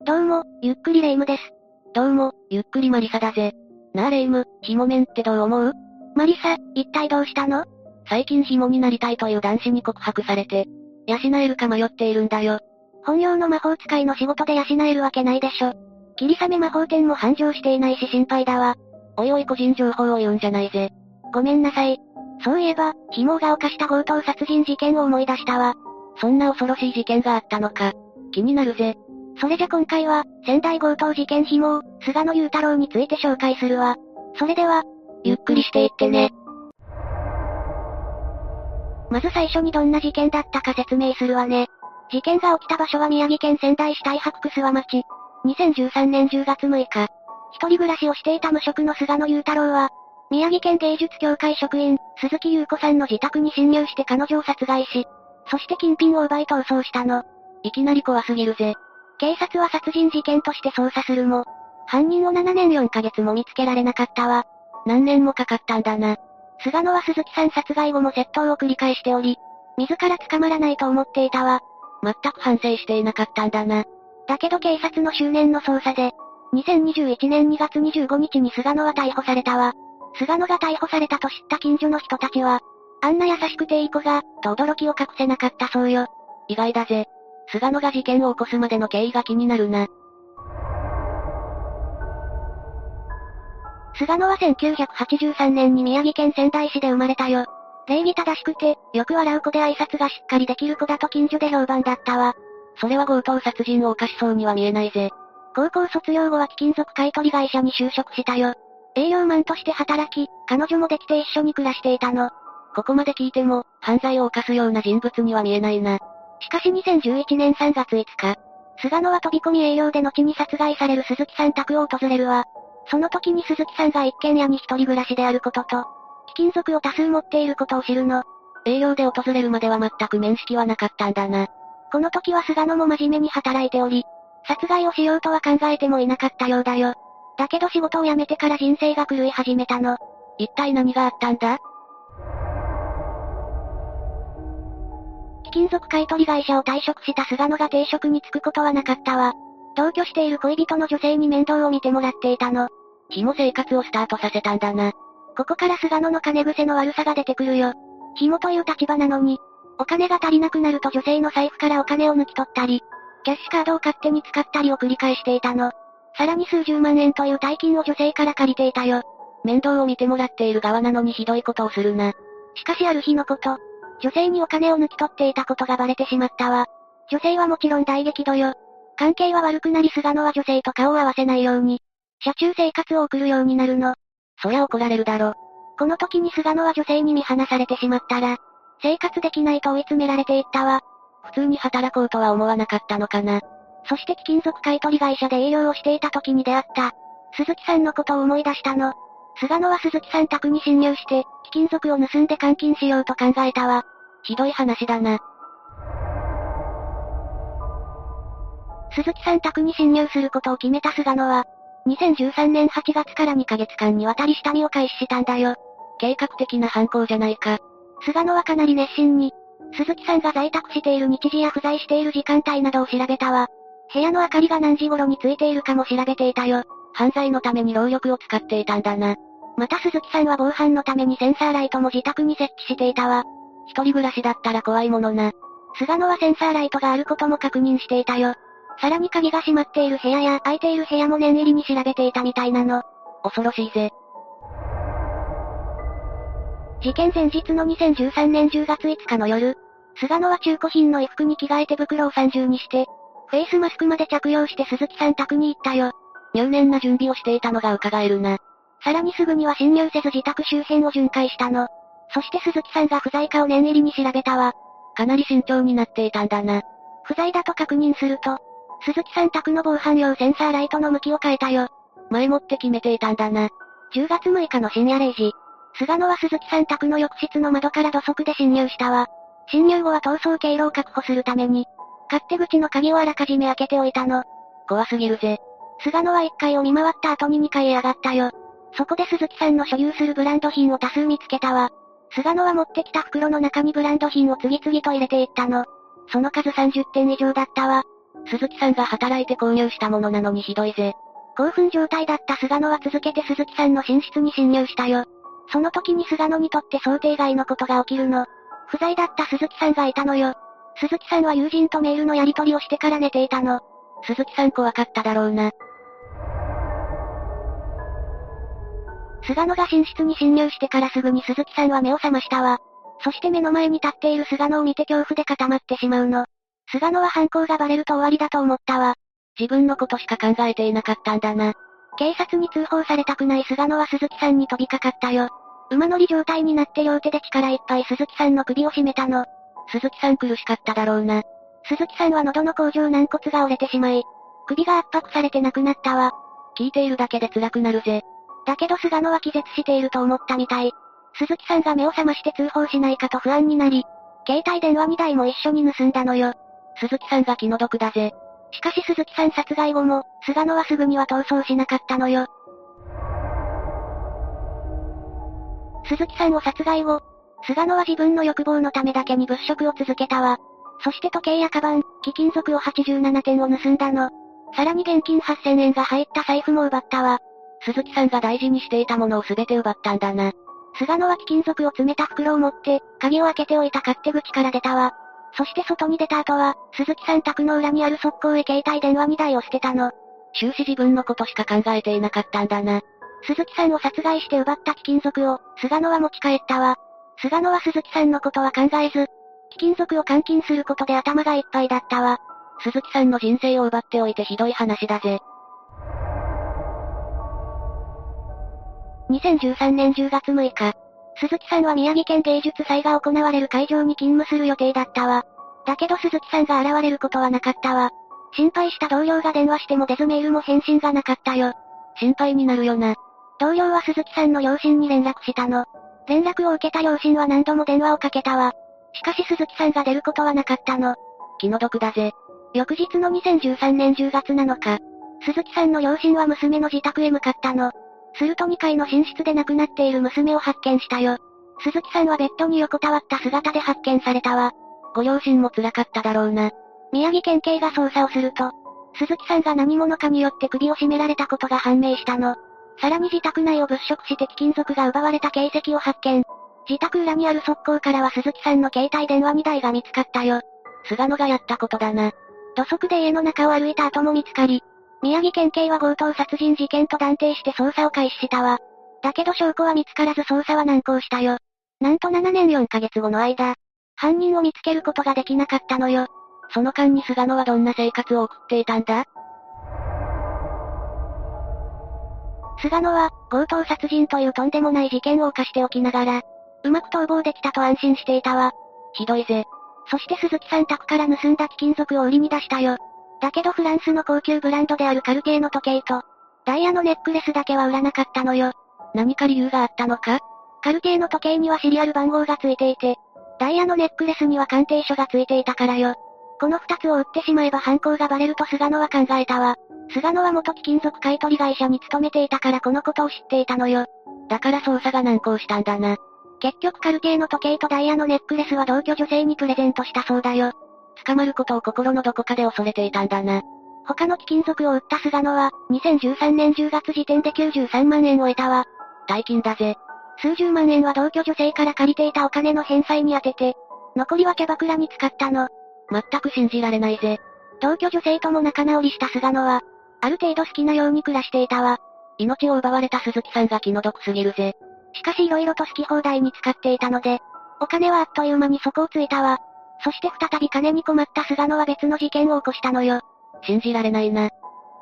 どうも、ゆっくりレ夢ムです。 どうも、ゆっくりマリサだぜ。なあレ夢ム、ひもめんってどう思う？ マリサ、一体どうしたの？ 最近ひもになりたいという男子に告白されて、養えるか迷っているんだよ。 本業の魔法使いの仕事で養えるわけないでしょ。霧雨魔法店も繁盛していないし心配だわ。 おいおい個人情報を言うんじゃないぜ。 ごめんなさい。そういえば、ひもが犯した強盗殺人事件を思い出したわ。 そんな恐ろしい事件があったのか。気になるぜ。 それじゃ今回は、仙台強盗事件ひも、菅野雄太郎について紹介するわ。それでは、 ゆっくりしていってね。 まず最初にどんな事件だったか説明するわね。事件が起きた場所は宮城県仙台市太白区諏訪町。2013年10月6日。一人暮らしをしていた無職の菅野雄太郎は、宮城県芸術協会職員、鈴木優子さんの自宅に侵入して彼女を殺害し、そして金品を奪い逃走したの。 いきなり怖すぎるぜ。 警察は殺人事件として捜査するも、犯人を7年4ヶ月も見つけられなかったわ。 何年もかかったんだな。 菅野は鈴木さん殺害後も窃盗を繰り返しており、自ら捕まらないと思っていたわ。 全く反省していなかったんだな。 だけど警察の執念の捜査で、2021年2月25日に菅野は逮捕されたわ。菅野が逮捕されたと知った近所の人たちは、あんな優しくていい子が、と驚きを隠せなかったそうよ。 意外だぜ。菅野が事件を起こすまでの経緯が気になるな。 菅野は1983年に宮城県仙台市で生まれたよ。礼儀正しくて、よく笑う子で挨拶がしっかりできる子だと近所で評判だったわ。 それは強盗殺人を犯しそうには見えないぜ。 高校卒業後は貴金属買取会社に就職したよ。営業マンとして働き、彼女もできて一緒に暮らしていたの。 ここまで聞いても、犯罪を犯すような人物には見えないな。 しかし2011年3月5日、菅野は飛び込み営業で後に殺害される鈴木さん宅を訪れるわ。その時に鈴木さんが一軒家に一人暮らしであることと、貴金属を多数持っていることを知るの。 営業で訪れるまでは全く面識はなかったんだな。 この時は菅野も真面目に働いており、殺害をしようとは考えてもいなかったようだよ。だけど仕事を辞めてから人生が狂い始めたの。 一体何があったんだ？ 貴金属買取会社を退職した菅野が定職に就くことはなかったわ。同居している恋人の女性に面倒を見てもらっていたの。 ひも生活をスタートさせたんだな。 ここから菅野の金癖の悪さが出てくるよ。ひもという立場なのに、お金が足りなくなると女性の財布からお金を抜き取ったり、キャッシュカードを勝手に使ったりを繰り返していたの。さらに数十万円という大金を女性から借りていたよ。 面倒を見てもらっている側なのにひどいことをするな。 しかしある日のこと、女性にお金を抜き取っていたことがバレてしまったわ。女性はもちろん大激怒よ。関係は悪くなり菅野は女性と顔を合わせないように、車中生活を送るようになるの。 そりゃ怒られるだろ。 この時に菅野は女性に見放されてしまったら、生活できないと追い詰められていったわ。 普通に働こうとは思わなかったのかな。 そして貴金属買取会社で営業をしていた時に出会った、鈴木さんのことを思い出したの。菅野は鈴木さん宅に侵入して、貴金属を盗んで換金しようと考えたわ。 ひどい話だな。 鈴木さん宅に侵入することを決めた菅野は、2013年8月から2ヶ月間にわたり下見を開始したんだよ。 計画的な犯行じゃないか。 菅野はかなり熱心に、鈴木さんが在宅している日時や不在している時間帯などを調べたわ。部屋の明かりが何時頃についているかも調べていたよ。 犯罪のために労力を使っていたんだな。 また鈴木さんは防犯のためにセンサーライトも自宅に設置していたわ。 一人暮らしだったら怖いものな。 菅野はセンサーライトがあることも確認していたよ。さらに鍵が閉まっている部屋や空いている部屋も念入りに調べていたみたいなの。 恐ろしいぜ。 事件前日の2013年10月5日の夜、菅野は中古品の衣服に着替えて袋を三重にして、フェイスマスクまで着用して鈴木さん宅に行ったよ。 入念な準備をしていたのが伺えるな。 さらにすぐには侵入せず自宅周辺を巡回したの。そして鈴木さんが不在かを念入りに調べたわ。 かなり慎重になっていたんだな。 不在だと確認すると、鈴木さん宅の防犯用センサーライトの向きを変えたよ。 前もって決めていたんだな。 10月6日の深夜0時。菅野は鈴木さん宅の浴室の窓から土足で侵入したわ。侵入後は逃走経路を確保するために、勝手口の鍵をあらかじめ開けておいたの。 怖すぎるぜ。 菅野は1階を見回った後に2階へ上がったよ。そこで鈴木さんの所有するブランド品を多数見つけたわ。菅野は持ってきた袋の中にブランド品を次々と入れていったの。その数30点以上だったわ。 鈴木さんが働いて購入したものなのにひどいぜ。 興奮状態だった菅野は続けて鈴木さんの寝室に侵入したよ。その時に菅野にとって想定外のことが起きるの。不在だった鈴木さんがいたのよ。鈴木さんは友人とメールのやり取りをしてから寝ていたの。 鈴木さん怖かっただろうな。 菅野が寝室に侵入してからすぐに鈴木さんは目を覚ましたわ。そして目の前に立っている菅野を見て恐怖で固まってしまうの。菅野は犯行がバレると終わりだと思ったわ。 自分のことしか考えていなかったんだな。 警察に通報されたくない菅野は鈴木さんに飛びかかったよ。馬乗り状態になって両手で力いっぱい鈴木さんの首を絞めたの。 鈴木さん苦しかっただろうな。 鈴木さんは喉の甲状軟骨が折れてしまい、首が圧迫されて亡くなったわ。 聞いているだけで辛くなるぜ。 だけど菅野は気絶していると思ったみたい。鈴木さんが目を覚まして通報しないかと不安になり、携帯電話2台も一緒に盗んだのよ。 鈴木さんが気の毒だぜ。 しかし鈴木さん殺害後も、菅野はすぐには逃走しなかったのよ。鈴木さんを殺害後、菅野は自分の欲望のためだけに物色を続けたわ。そして時計やカバン、貴金属を87点を盗んだの。さらに現金8000円が入った財布も奪ったわ。 鈴木さんが大事にしていたものを全て奪ったんだな。 菅野は貴金属を詰めた袋を持って、鍵を開けておいた勝手口から出たわ。そして外に出た後は、鈴木さん宅の裏にある側溝へ携帯電話2台を捨てたの。 終始自分のことしか考えていなかったんだな。 鈴木さんを殺害して奪った貴金属を、菅野は持ち帰ったわ。菅野は鈴木さんのことは考えず、貴金属を換金することで頭がいっぱいだったわ。 鈴木さんの人生を奪っておいてひどい話だぜ。 2013年10月6日、鈴木さんは宮城県芸術祭が行われる会場に勤務する予定だったわ。だけど鈴木さんが現れることはなかったわ。心配した同僚が電話しても出ずメールも返信がなかったよ。 心配になるよな。 同僚は鈴木さんの両親に連絡したの。連絡を受けた両親は何度も電話をかけたわ。しかし鈴木さんが出ることはなかったの。 気の毒だぜ。 翌日の2013年10月7日、鈴木さんの両親は娘の自宅へ向かったの。すると2階の寝室で亡くなっている娘を発見したよ。鈴木さんはベッドに横たわった姿で発見されたわ。 ご両親も辛かっただろうな。 宮城県警が捜査をすると、鈴木さんが何者かによって首を絞められたことが判明したの。さらに自宅内を物色して貴金属が奪われた形跡を発見。自宅裏にある側溝からは鈴木さんの携帯電話2台が見つかったよ。 菅野がやったことだな。 土足で家の中を歩いた後も見つかり、宮城県警は強盗殺人事件と断定して捜査を開始したわ。だけど証拠は見つからず捜査は難航したよ。なんと7年4ヶ月後の間、犯人を見つけることができなかったのよ。 その間に菅野はどんな生活を送っていたんだ？ 菅野は、強盗殺人というとんでもない事件を犯しておきながら、うまく逃亡できたと安心していたわ。 ひどいぜ。 そして鈴木さん宅から盗んだ貴金属を売りに出したよ。だけどフランスの高級ブランドであるカルティエの時計と、ダイヤのネックレスだけは売らなかったのよ。 何か理由があったのか？ カルティエの時計にはシリアル番号がついていて、ダイヤのネックレスには鑑定書がついていたからよ。この二つを売ってしまえば犯行がバレると菅野は考えたわ。菅野は元貴金属買取会社に勤めていたからこのことを知っていたのよ。 だから捜査が難航したんだな。 結局カルティエの時計とダイヤのネックレスは同居女性にプレゼントしたそうだよ。 捕まることを心のどこかで恐れていたんだな。 他の貴金属を売った菅野は、2013年10月時点で93万円を得たわ。 大金だぜ。 数十万円は同居女性から借りていたお金の返済に充てて、残りはキャバクラに使ったの。 全く信じられないぜ。 同居女性とも仲直りした菅野は、ある程度好きなように暮らしていたわ。 命を奪われた鈴木さんが気の毒すぎるぜ。 しかし色々と好き放題に使っていたので、お金はあっという間に底をついたわ。そして再び金に困った菅野は別の事件を起こしたのよ。 信じられないな。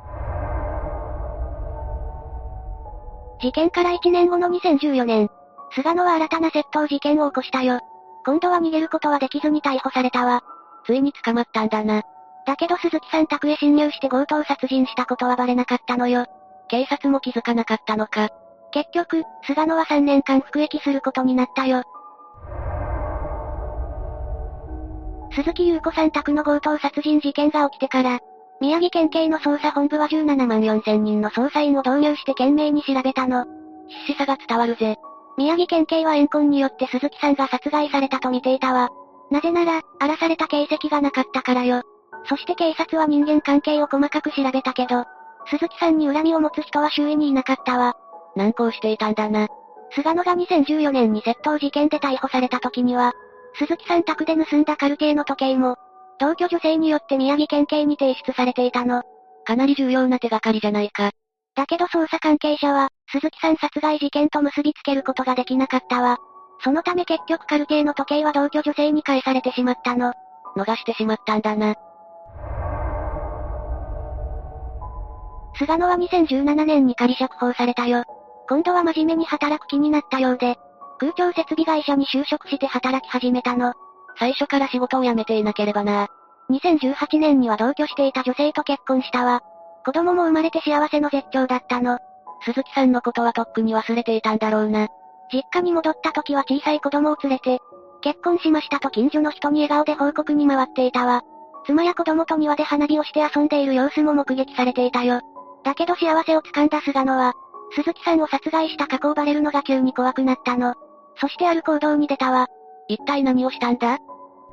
事件から1年後の2014年、菅野は新たな窃盗事件を起こしたよ。今度は逃げることはできずに逮捕されたわ。 ついに捕まったんだな。 だけど鈴木さん宅へ侵入して強盗殺人したことはバレなかったのよ。 警察も気づかなかったのか。 結局、菅野は3年間服役することになったよ。鈴木優子さん宅の強盗殺人事件が起きてから、宮城県警の捜査本部は17万4千人の捜査員を導入して懸命に調べたの。 必死さが伝わるぜ。 宮城県警は怨恨によって鈴木さんが殺害されたと見ていたわ。なぜなら、荒らされた形跡がなかったからよ。 そして警察は人間関係を細かく調べたけど、鈴木さんに恨みを持つ人は周囲にいなかったわ。 難航していたんだな。 菅野が2014年に窃盗事件で逮捕された時には、鈴木さん宅で盗んだカルティエの時計も、同居女性によって宮城県警に提出されていたの。 かなり重要な手がかりじゃないか。 だけど捜査関係者は、鈴木さん殺害事件と結びつけることができなかったわ。そのため結局カルティエの時計は同居女性に返されてしまったの。 逃してしまったんだな。 菅野は2017年に仮釈放されたよ。今度は真面目に働く気になったようで、空調設備会社に就職して働き始めたの。 最初から仕事を辞めていなければな。 2018年には同居していた女性と結婚したわ。子供も生まれて幸せの絶頂だったの。 鈴木さんのことはとっくに忘れていたんだろうな。 実家に戻った時は小さい子供を連れて、結婚しましたと近所の人に笑顔で報告に回っていたわ。妻や子供と庭で花火をして遊んでいる様子も目撃されていたよ。だけど幸せをつかんだ菅野は、鈴木さんを殺害した過去をバレるのが急に怖くなったの。そしてある行動に出たわ。 一体何をしたんだ？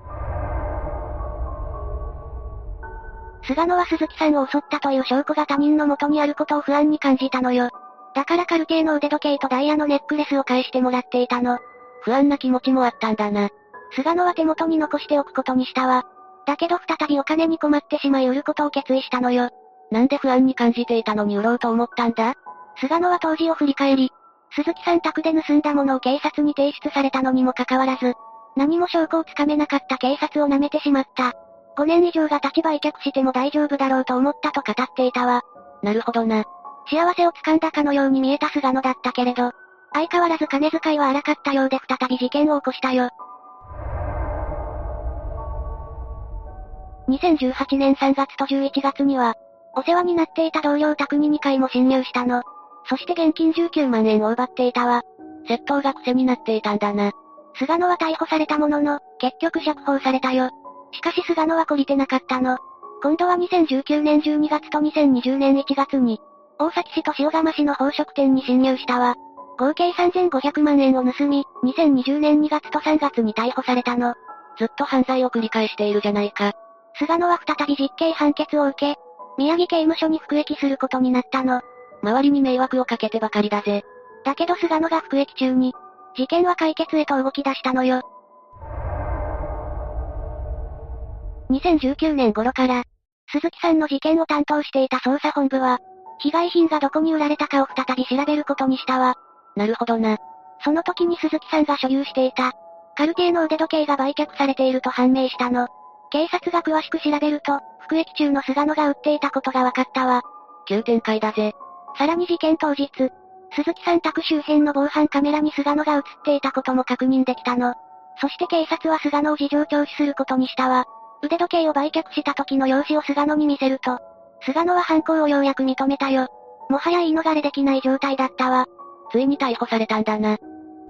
菅野は鈴木さんを襲ったという証拠が他人の元にあることを不安に感じたのよ。だからカルティエの腕時計とダイヤのネックレスを返してもらっていたの。 不安な気持ちもあったんだな。 菅野は手元に残しておくことにしたわ。だけど再びお金に困ってしまい売ることを決意したのよ。 なんで不安に感じていたのに売ろうと思ったんだ？ 菅野は当時を振り返り、鈴木さん宅で盗んだものを警察に提出されたのにもかかわらず、何も証拠をつかめなかった警察を舐めてしまった。5年以上が経ち売却しても大丈夫だろうと思ったと語っていたわ。 なるほどな。 幸せをつかんだかのように見えた菅野だったけれど、相変わらず金遣いは荒かったようで再び事件を起こしたよ。2018年3月と11月には、お世話になっていた同僚宅に2回も侵入したの。そして現金19万円を奪っていたわ。 窃盗が癖になっていたんだな。 菅野は逮捕されたものの、結局釈放されたよ。しかし菅野は懲りてなかったの。今度は2019年12月と2020年1月に、大崎市と塩釜市の宝飾店に侵入したわ。合計3500万円を盗み、2020年2月と3月に逮捕されたの。 ずっと犯罪を繰り返しているじゃないか。 菅野は再び実刑判決を受け、宮城刑務所に服役することになったの。 周りに迷惑をかけてばかりだぜ。 だけど菅野が服役中に、事件は解決へと動き出したのよ。2019年頃から、鈴木さんの事件を担当していた捜査本部は、被害品がどこに売られたかを再び調べることにしたわ。 なるほどな。 その時に鈴木さんが所有していた、カルティエの腕時計が売却されていると判明したの。警察が詳しく調べると、服役中の菅野が売っていたことが分かったわ。 急展開だぜ。 さらに事件当日、鈴木さん宅周辺の防犯カメラに菅野が映っていたことも確認できたの。そして警察は菅野を事情聴取することにしたわ。腕時計を売却した時の様子を菅野に見せると、菅野は犯行をようやく認めたよ。もはや言い逃れできない状態だったわ。 ついに逮捕されたんだな。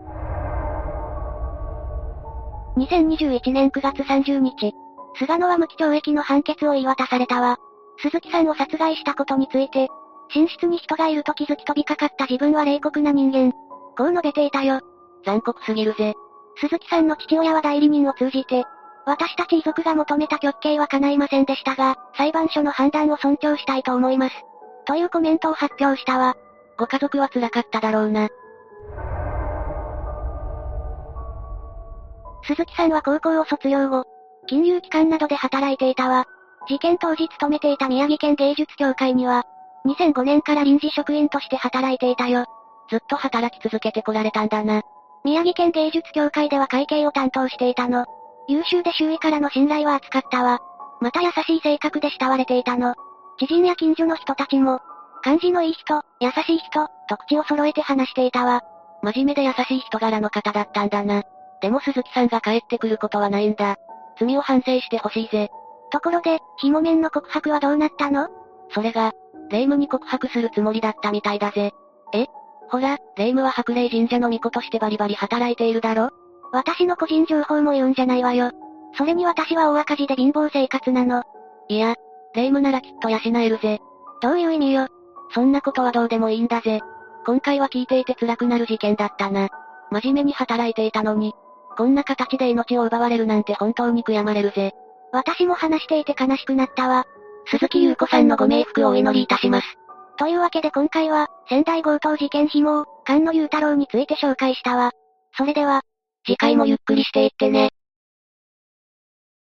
2021年9月30日、菅野は無期懲役の判決を言い渡されたわ。鈴木さんを殺害したことについて、寝室に人がいると気づき飛びかかった自分は冷酷な人間。こう述べていたよ。 残酷すぎるぜ。 鈴木さんの父親は代理人を通じて、私たち遺族が求めた極刑は叶いませんでしたが、裁判所の判断を尊重したいと思います。というコメントを発表したわ。 ご家族は辛かっただろうな。 鈴木さんは高校を卒業後、金融機関などで働いていたわ。事件当時勤めていた宮城県芸術協会には、2005年から臨時職員として働いていたよ。 ずっと働き続けてこられたんだな。 宮城県芸術協会では会計を担当していたの。優秀で周囲からの信頼は厚かったわ。また優しい性格で慕われていたの。知人や近所の人たちも、感じのいい人、優しい人、と口を揃えて話していたわ。 真面目で優しい人柄の方だったんだな。でも鈴木さんが帰ってくることはないんだ。罪を反省してほしいぜ。 ところで、ひもめんの告白はどうなったの？ それが、霊夢に告白するつもりだったみたいだぜ。え？ほら、霊夢は白霊神社の巫女としてバリバリ働いているだろ？ 私の個人情報も言うんじゃないわよ。それに私は大赤字で貧乏生活なの。 いや、霊夢ならきっと養えるぜ。 どういう意味よ。 そんなことはどうでもいいんだぜ。今回は聞いていて辛くなる事件だったな。真面目に働いていたのに、こんな形で命を奪われるなんて本当に悔やまれるぜ。 私も話していて悲しくなったわ。 鈴木優子さんのご冥福をお祈りいたします。 というわけで今回は、仙台強盗事件紐王、菅野雄太郎について紹介したわ。それでは、 次回もゆっくりしていってね。